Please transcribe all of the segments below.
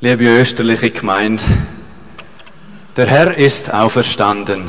Liebe österliche Gemeinde, der Herr ist auferstanden.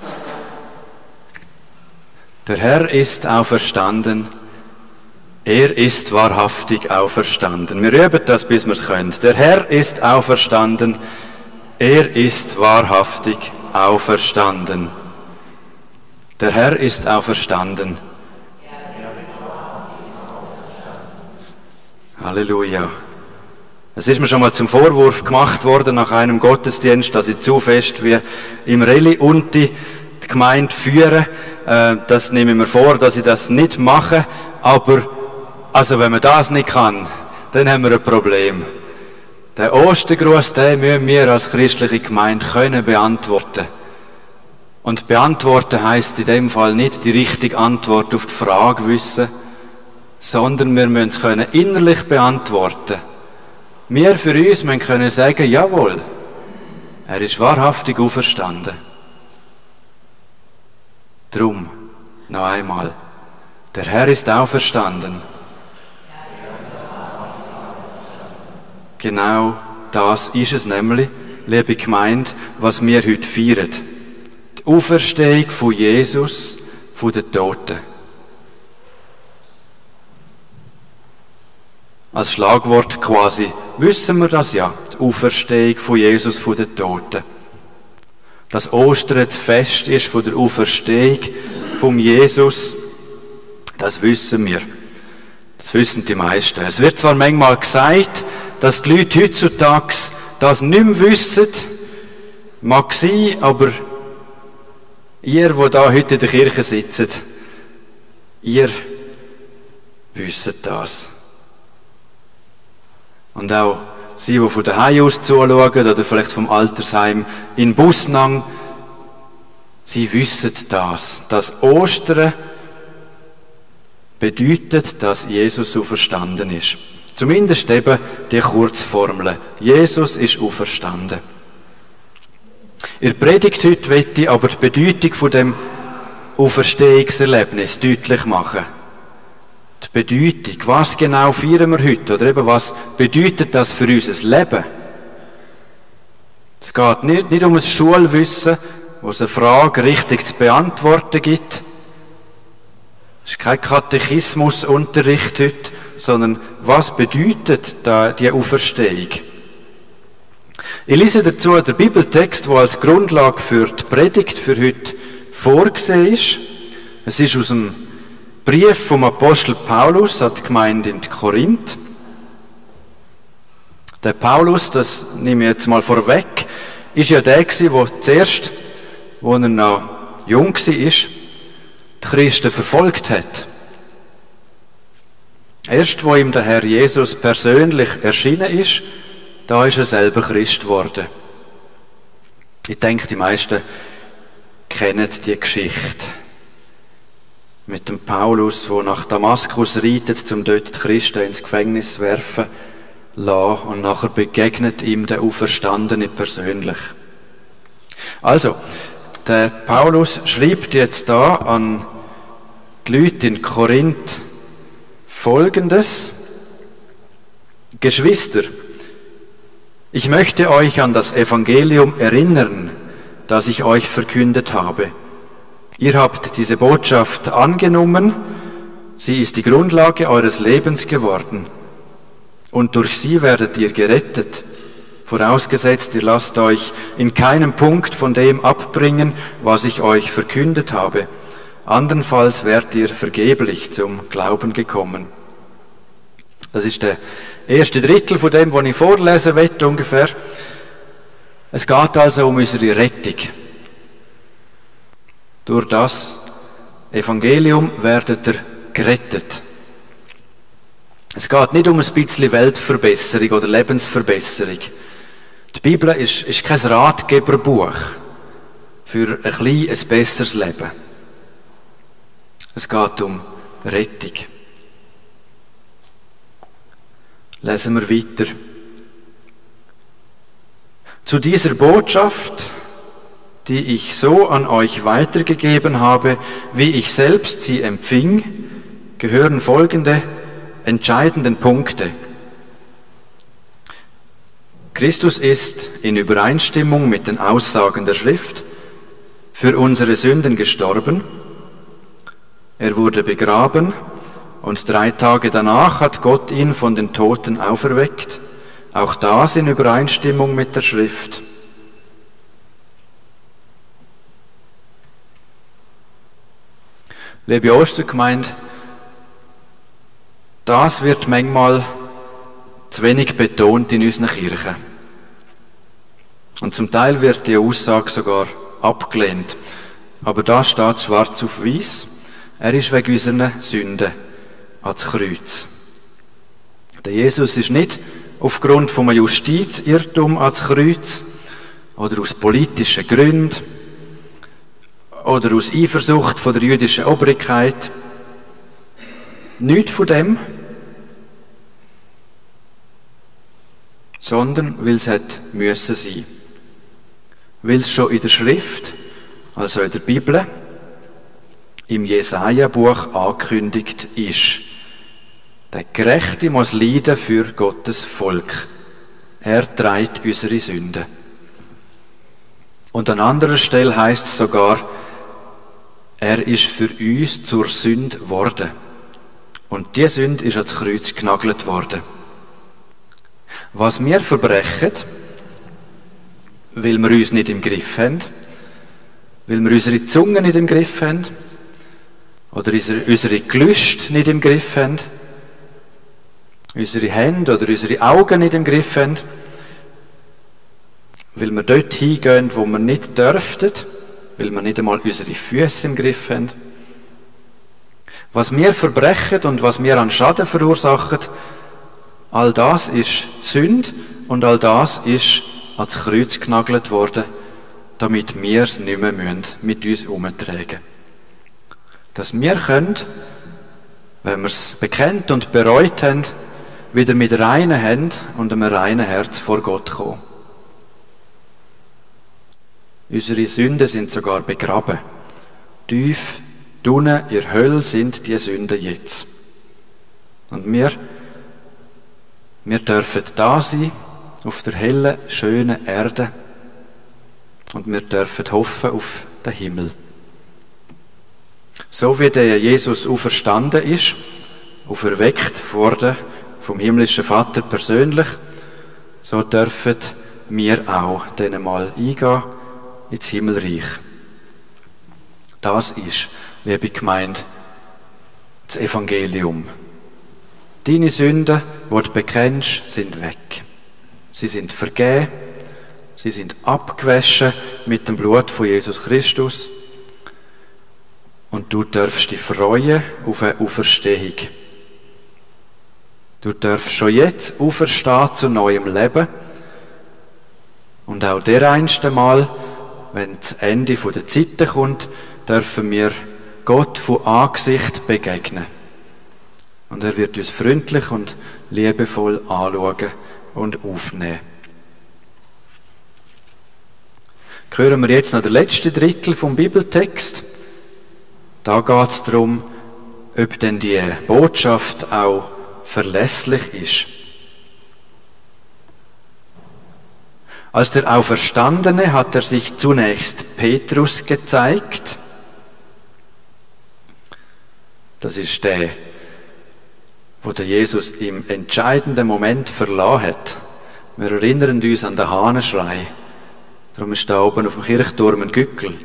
Der Herr ist auferstanden. Er ist wahrhaftig auferstanden. Wir üben das, bis wir es können. Der Herr ist auferstanden. Er ist wahrhaftig auferstanden. Der Herr ist auferstanden. Halleluja. Es ist mir schon mal zum Vorwurf gemacht worden nach einem Gottesdienst, dass ich zu fest wie im Reli unti die Gemeinde führe. Das nehme ich mir vor, dass ich das nicht mache. Aber also wenn man das nicht kann, dann haben wir ein Problem. Den Ostergruß, den müssen wir als christliche Gemeinde können beantworten. Und beantworten heisst in dem Fall nicht die richtige Antwort auf die Frage wissen, sondern wir müssen es können innerlich beantworten. Wir für uns müssen können sagen, jawohl, er ist wahrhaftig auferstanden. Drum, noch einmal, der Herr ist auferstanden. Genau das ist es nämlich, liebe Gemeinde, was wir heute feiern. Die Auferstehung von Jesus von den Toten. Als Schlagwort quasi wissen wir das ja, die Auferstehung von Jesus von den Toten. Dass Ostern das Fest ist von der Auferstehung vom Jesus, das wissen wir. Das wissen die meisten. Es wird zwar manchmal gesagt, dass die Leute heutzutage das nicht mehr wissen, mag sein, aber ihr, die da heute in der Kirche sitzt, ihr wisst das. Und auch sie, die von daheim aus zuschauen oder vielleicht vom Altersheim in Busnang, sie wissen das, dass Ostern bedeutet, dass Jesus auferstanden ist. Zumindest eben die Kurzformel. Jesus ist auferstanden. In der Predigt heute möchte ich aber die Bedeutung von dem Auferstehungserlebnis deutlich machen. Die Bedeutung, was genau feiern wir heute? Oder eben, was bedeutet das für unser Leben? Es geht nicht um ein Schulwissen, wo es eine Frage richtig zu beantworten gibt. Es ist kein Katechismusunterricht heute, sondern was bedeutet die Auferstehung? Ich lese dazu den Bibeltext, der als Grundlage für die Predigt für heute vorgesehen ist. Es ist aus dem Brief vom Apostel Paulus an die Gemeinde in Korinth. Der Paulus, das nehme ich jetzt mal vorweg, ist ja der gewesen, der zuerst, wo er noch jung war, die Christen verfolgt hat. Erst, wo ihm der Herr Jesus persönlich erschienen ist, da ist er selber Christ geworden. Ich denke, die meisten kennen die Geschichte. Mit dem Paulus, der nach Damaskus reitet, um dort die Christen ins Gefängnis zu werfen, und nachher begegnet ihm der Auferstandene persönlich. Also, der Paulus schreibt jetzt da an die Leute in Korinth Folgendes: Geschwister, ich möchte euch an das Evangelium erinnern, das ich euch verkündet habe. Ihr habt diese Botschaft angenommen, sie ist die Grundlage eures Lebens geworden. Und durch sie werdet ihr gerettet, vorausgesetzt, ihr lasst euch in keinem Punkt von dem abbringen, was ich euch verkündet habe. Andernfalls wärt ihr vergeblich zum Glauben gekommen. Das ist der erste Drittel von dem, was ich vorlesen möchte, ungefähr. Es geht also um unsere Rettung. Durch das Evangelium werdet ihr gerettet. Es geht nicht um ein bisschen Weltverbesserung oder Lebensverbesserung. Die Bibel ist kein Ratgeberbuch für ein besseres Leben. Es geht um Rettung. Lesen wir weiter. Zu dieser Botschaft, die ich so an euch weitergegeben habe, wie ich selbst sie empfing, gehören folgende entscheidende Punkte. Christus ist in Übereinstimmung mit den Aussagen der Schrift für unsere Sünden gestorben. Er wurde begraben und 3 Tage danach hat Gott ihn von den Toten auferweckt. Auch das in Übereinstimmung mit der Schrift. Liebe Ostergemeinde, das wird manchmal zu wenig betont in unseren Kirchen. Und zum Teil wird die Aussage sogar abgelehnt. Aber da steht schwarz auf weiß: Er ist wegen unserer Sünden ans Kreuz. Der Jesus ist nicht aufgrund von einem Justizirrtum ans Kreuz oder aus politischen Gründen oder aus Eifersucht von der jüdischen Obrigkeit. Nichts von dem, sondern weil es hätte müssen sein. Weil es schon in der Schrift, also in der Bibel, im Jesaja-Buch angekündigt ist. Der Gerechte muss leiden für Gottes Volk. Er trägt unsere Sünden. Und an anderer Stelle heißt es sogar, er ist für uns zur Sünde geworden. Und die Sünde ist ans Kreuz genagelt worden. Was wir verbrechen, weil wir uns nicht im Griff haben, weil wir unsere Zunge nicht im Griff haben, oder unsere Gelüste nicht im Griff haben, unsere Hände oder unsere Augen nicht im Griff haben, weil wir dort hingehen, wo wir nicht dürften, weil wir nicht einmal unsere Füße im Griff haben. Was wir verbrechen und was wir an Schaden verursachen, all das ist Sünde und all das ist ans Kreuz genagelt worden, damit wir es nicht mehr mit uns herumtragen. Dass wir können, wenn wir es bekennt und bereut haben, wieder mit reinen Händen und einem reinen Herz vor Gott kommen. Unsere Sünden sind sogar begraben. Tief unten in der Hölle sind die Sünden jetzt. Und wir dürfen da sein, auf der hellen, schönen Erde. Und wir dürfen hoffen auf den Himmel. So wie der Jesus auferstanden ist, auferweckt worden vom himmlischen Vater persönlich, so dürfen wir auch dann mal eingehen ins Himmelreich. Das ist, liebe Gemeinde, das Evangelium. Deine Sünden, die du bekennst, sind weg. Sie sind vergeben, sie sind abgewaschen mit dem Blut von Jesus Christus. Und du darfst dich freuen auf eine Auferstehung. Du darfst schon jetzt auferstehen zu neuem Leben. Und auch dereinst einmal, wenn das Ende der Zeiten kommt, dürfen wir Gott von Angesicht begegnen. Und er wird uns freundlich und liebevoll anschauen und aufnehmen. Hören wir jetzt noch den letzten Drittel vom Bibeltext. Da geht es darum, ob denn die Botschaft auch verlässlich ist. Als der Auferstandene hat er sich zunächst Petrus gezeigt. Das ist der, wo der Jesus im entscheidenden Moment verlassen hat. Wir erinnern uns an den Hahnenschrei. Darum ist da oben auf dem Kirchturm ein Gückel.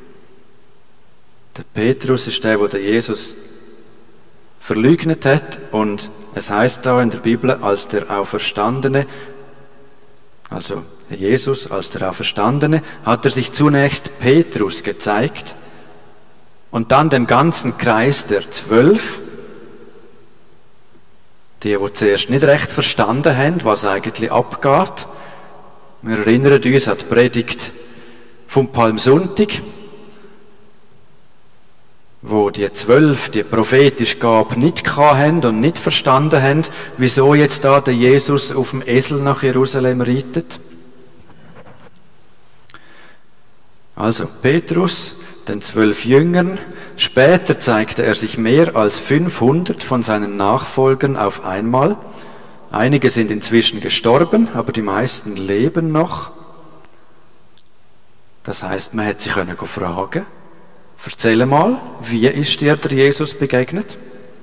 Der Petrus ist der, der Jesus verleugnet hat, und es heißt da in der Bibel, als der Auferstandene, also Jesus als der Auferstandene, hat er sich zunächst Petrus gezeigt und dann dem ganzen Kreis der 12, die zuerst nicht recht verstanden haben, was eigentlich abgeht. Wir erinnern uns an die Predigt vom Palmsonntag, wo die 12 die prophetische Gabe nicht hatten und nicht verstanden haben, wieso jetzt da der Jesus auf dem Esel nach Jerusalem reitet. Also Petrus, den 12 Jüngern, später zeigte er sich mehr als 500 von seinen Nachfolgern auf einmal, Einige sind inzwischen gestorben, aber die meisten leben noch. Das heißt, man hätte sich fragen können, erzähl mal, wie ist dir der Jesus begegnet?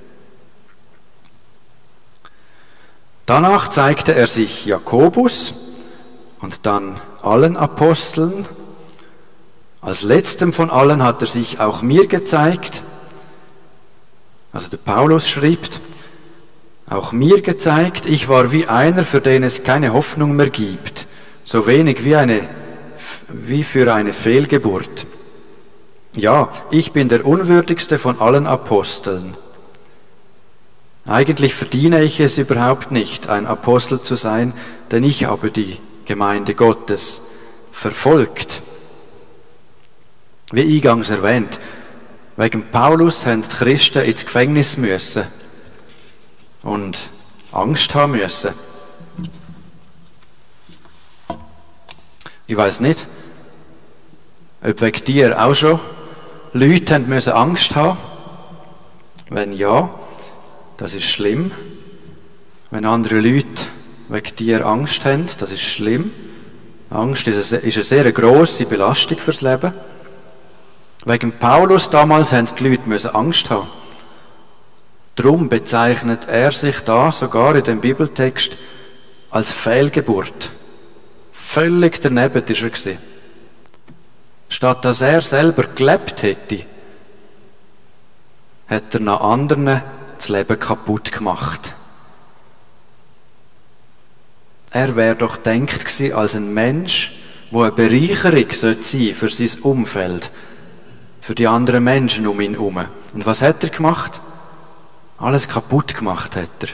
Danach zeigte er sich Jakobus und dann allen Aposteln. Als letztem von allen hat er sich auch mir gezeigt. Also der Paulus schreibt, auch mir gezeigt, ich war wie einer, für den es keine Hoffnung mehr gibt, so wenig wie für eine Fehlgeburt. Ja, ich bin der unwürdigste von allen Aposteln. Eigentlich verdiene ich es überhaupt nicht, ein Apostel zu sein, denn ich habe die Gemeinde Gottes verfolgt. Wie eingangs erwähnt, wegen Paulus haben die Christen ins Gefängnis müssen und Angst haben müssen. Ich weiß nicht, ob wegen dir auch schon Leute haben müssen Angst haben. Wenn ja, das ist schlimm. Wenn andere Leute wegen dir Angst haben, das ist schlimm. Angst ist eine sehr grosse Belastung fürs Leben. Wegen Paulus damals haben die Leute müssen Angst haben. Darum bezeichnet er sich da sogar in dem Bibeltext als Fehlgeburt. Völlig daneben ist er gewesen. Statt dass er selber gelebt hätte, hat er noch anderen das Leben kaputt gemacht. Er wäre doch gedacht gewesen als ein Mensch, der eine Bereicherung sein sollte für sein Umfeld, für die anderen Menschen um ihn herum. Und was hat er gemacht? Alles kaputt gemacht hat er.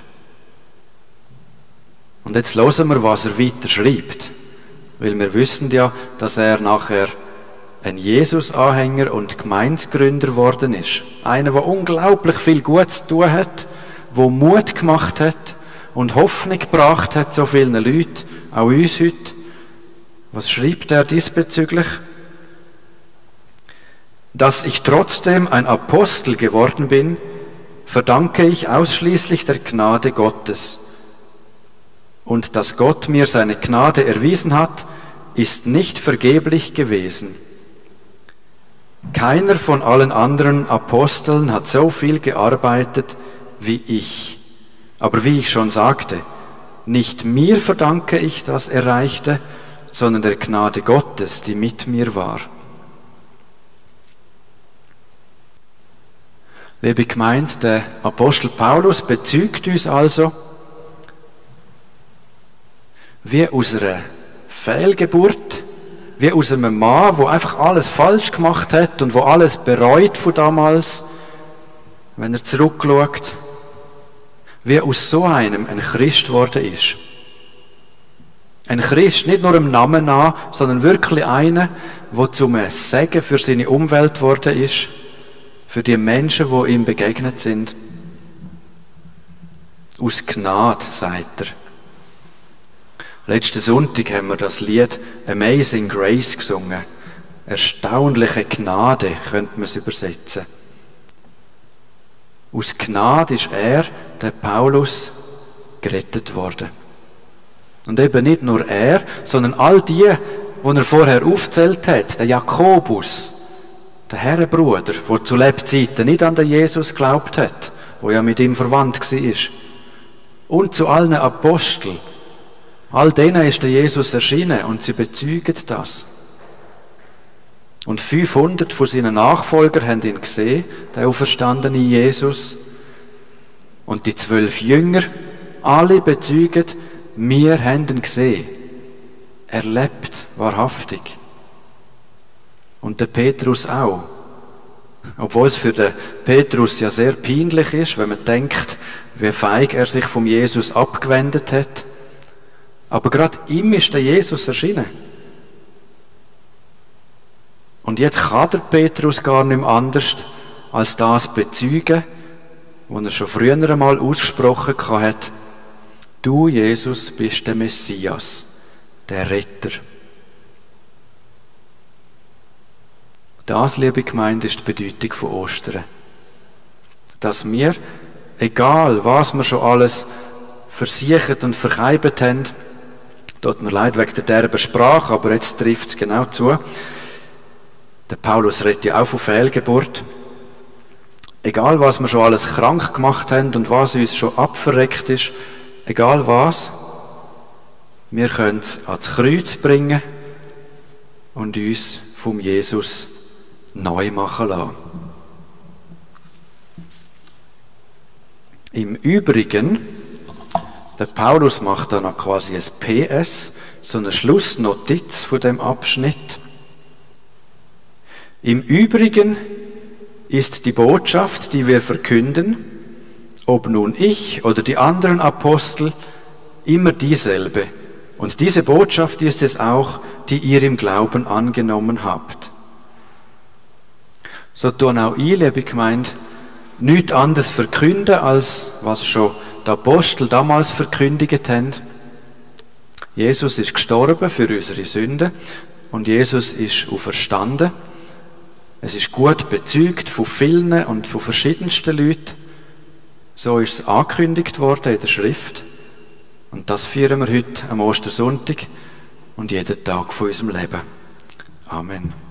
Und jetzt hören wir, was er weiter schreibt. Weil wir wissen ja, dass er nachher ein Jesus-Anhänger und Gemeindegründer geworden ist. Einer, der unglaublich viel Gutes zu tun hat, der Mut gemacht hat und Hoffnung gebracht hat, so vielen Leuten, auch uns heute. Was schreibt er diesbezüglich? Dass ich trotzdem ein Apostel geworden bin, verdanke ich ausschließlich der Gnade Gottes. Und dass Gott mir seine Gnade erwiesen hat, ist nicht vergeblich gewesen. Keiner von allen anderen Aposteln hat so viel gearbeitet wie ich. Aber wie ich schon sagte, nicht mir verdanke ich das Erreichte, sondern der Gnade Gottes, die mit mir war. Liebe Gemeinde, der Apostel Paulus bezeugt uns also, wie aus einer Fehlgeburt, wie aus einem Mann, der einfach alles falsch gemacht hat und wo alles bereut von damals, wenn er zurückschaut, wie aus so einem ein Christ geworden ist. Ein Christ, nicht nur im Namen nach, sondern wirklich einer, der zum Segen für seine Umwelt geworden ist, für die Menschen, die ihm begegnet sind. Aus Gnade, sagt er. Letzten Sonntag haben wir das Lied Amazing Grace gesungen. Erstaunliche Gnade, könnte man es übersetzen. Aus Gnade ist er, der Paulus, gerettet worden. Und eben nicht nur er, sondern all die er vorher aufgezählt hat, der Jakobus, der Herrenbruder, der zu Lebzeiten nicht an den Jesus geglaubt hat, der ja mit ihm verwandt war. Und zu allen Aposteln. All denen ist der Jesus erschienen und sie bezeugen das. Und 500 von seinen Nachfolgern haben ihn gesehen, den auferstandenen Jesus. Und die 12 Jünger, alle bezeugen, wir haben ihn gesehen. Er lebt wahrhaftig. Und der Petrus auch. Obwohl es für den Petrus ja sehr peinlich ist, wenn man denkt, wie feig er sich vom Jesus abgewendet hat. Aber gerade ihm ist der Jesus erschienen. Und jetzt kann der Petrus gar nicht mehr anders, als das bezeugen, was er schon früher einmal ausgesprochen hat. Du, Jesus, bist der Messias, der Retter. Das, liebe Gemeinde, ist die Bedeutung von Ostern. Dass wir, egal was wir schon alles versichert und verkeibt haben. Tut mir leid wegen der derben Sprache, aber jetzt trifft es genau zu. Der Paulus redet ja auch von Fehlgeburt. Egal, was wir schon alles krank gemacht haben und was uns schon abverreckt ist, egal was, wir können es ans Kreuz bringen und uns vom Jesus neu machen lassen. Im Übrigen, der Paulus macht da noch quasi ein PS, so eine Schlussnotiz von dem Abschnitt. Im Übrigen ist die Botschaft, die wir verkünden, ob nun ich oder die anderen Apostel, immer dieselbe. Und diese Botschaft ist es auch, die ihr im Glauben angenommen habt. So tun auch ich, liebe Gemeinde, nichts anderes verkünden, als was schon die Apostel damals verkündigt haben. Jesus ist gestorben für unsere Sünden und Jesus ist auferstanden. Es ist gut bezeugt von vielen und von verschiedensten Leuten. So ist es angekündigt worden in der Schrift. Und das feiern wir heute am Ostersonntag und jeden Tag von unserem Leben. Amen.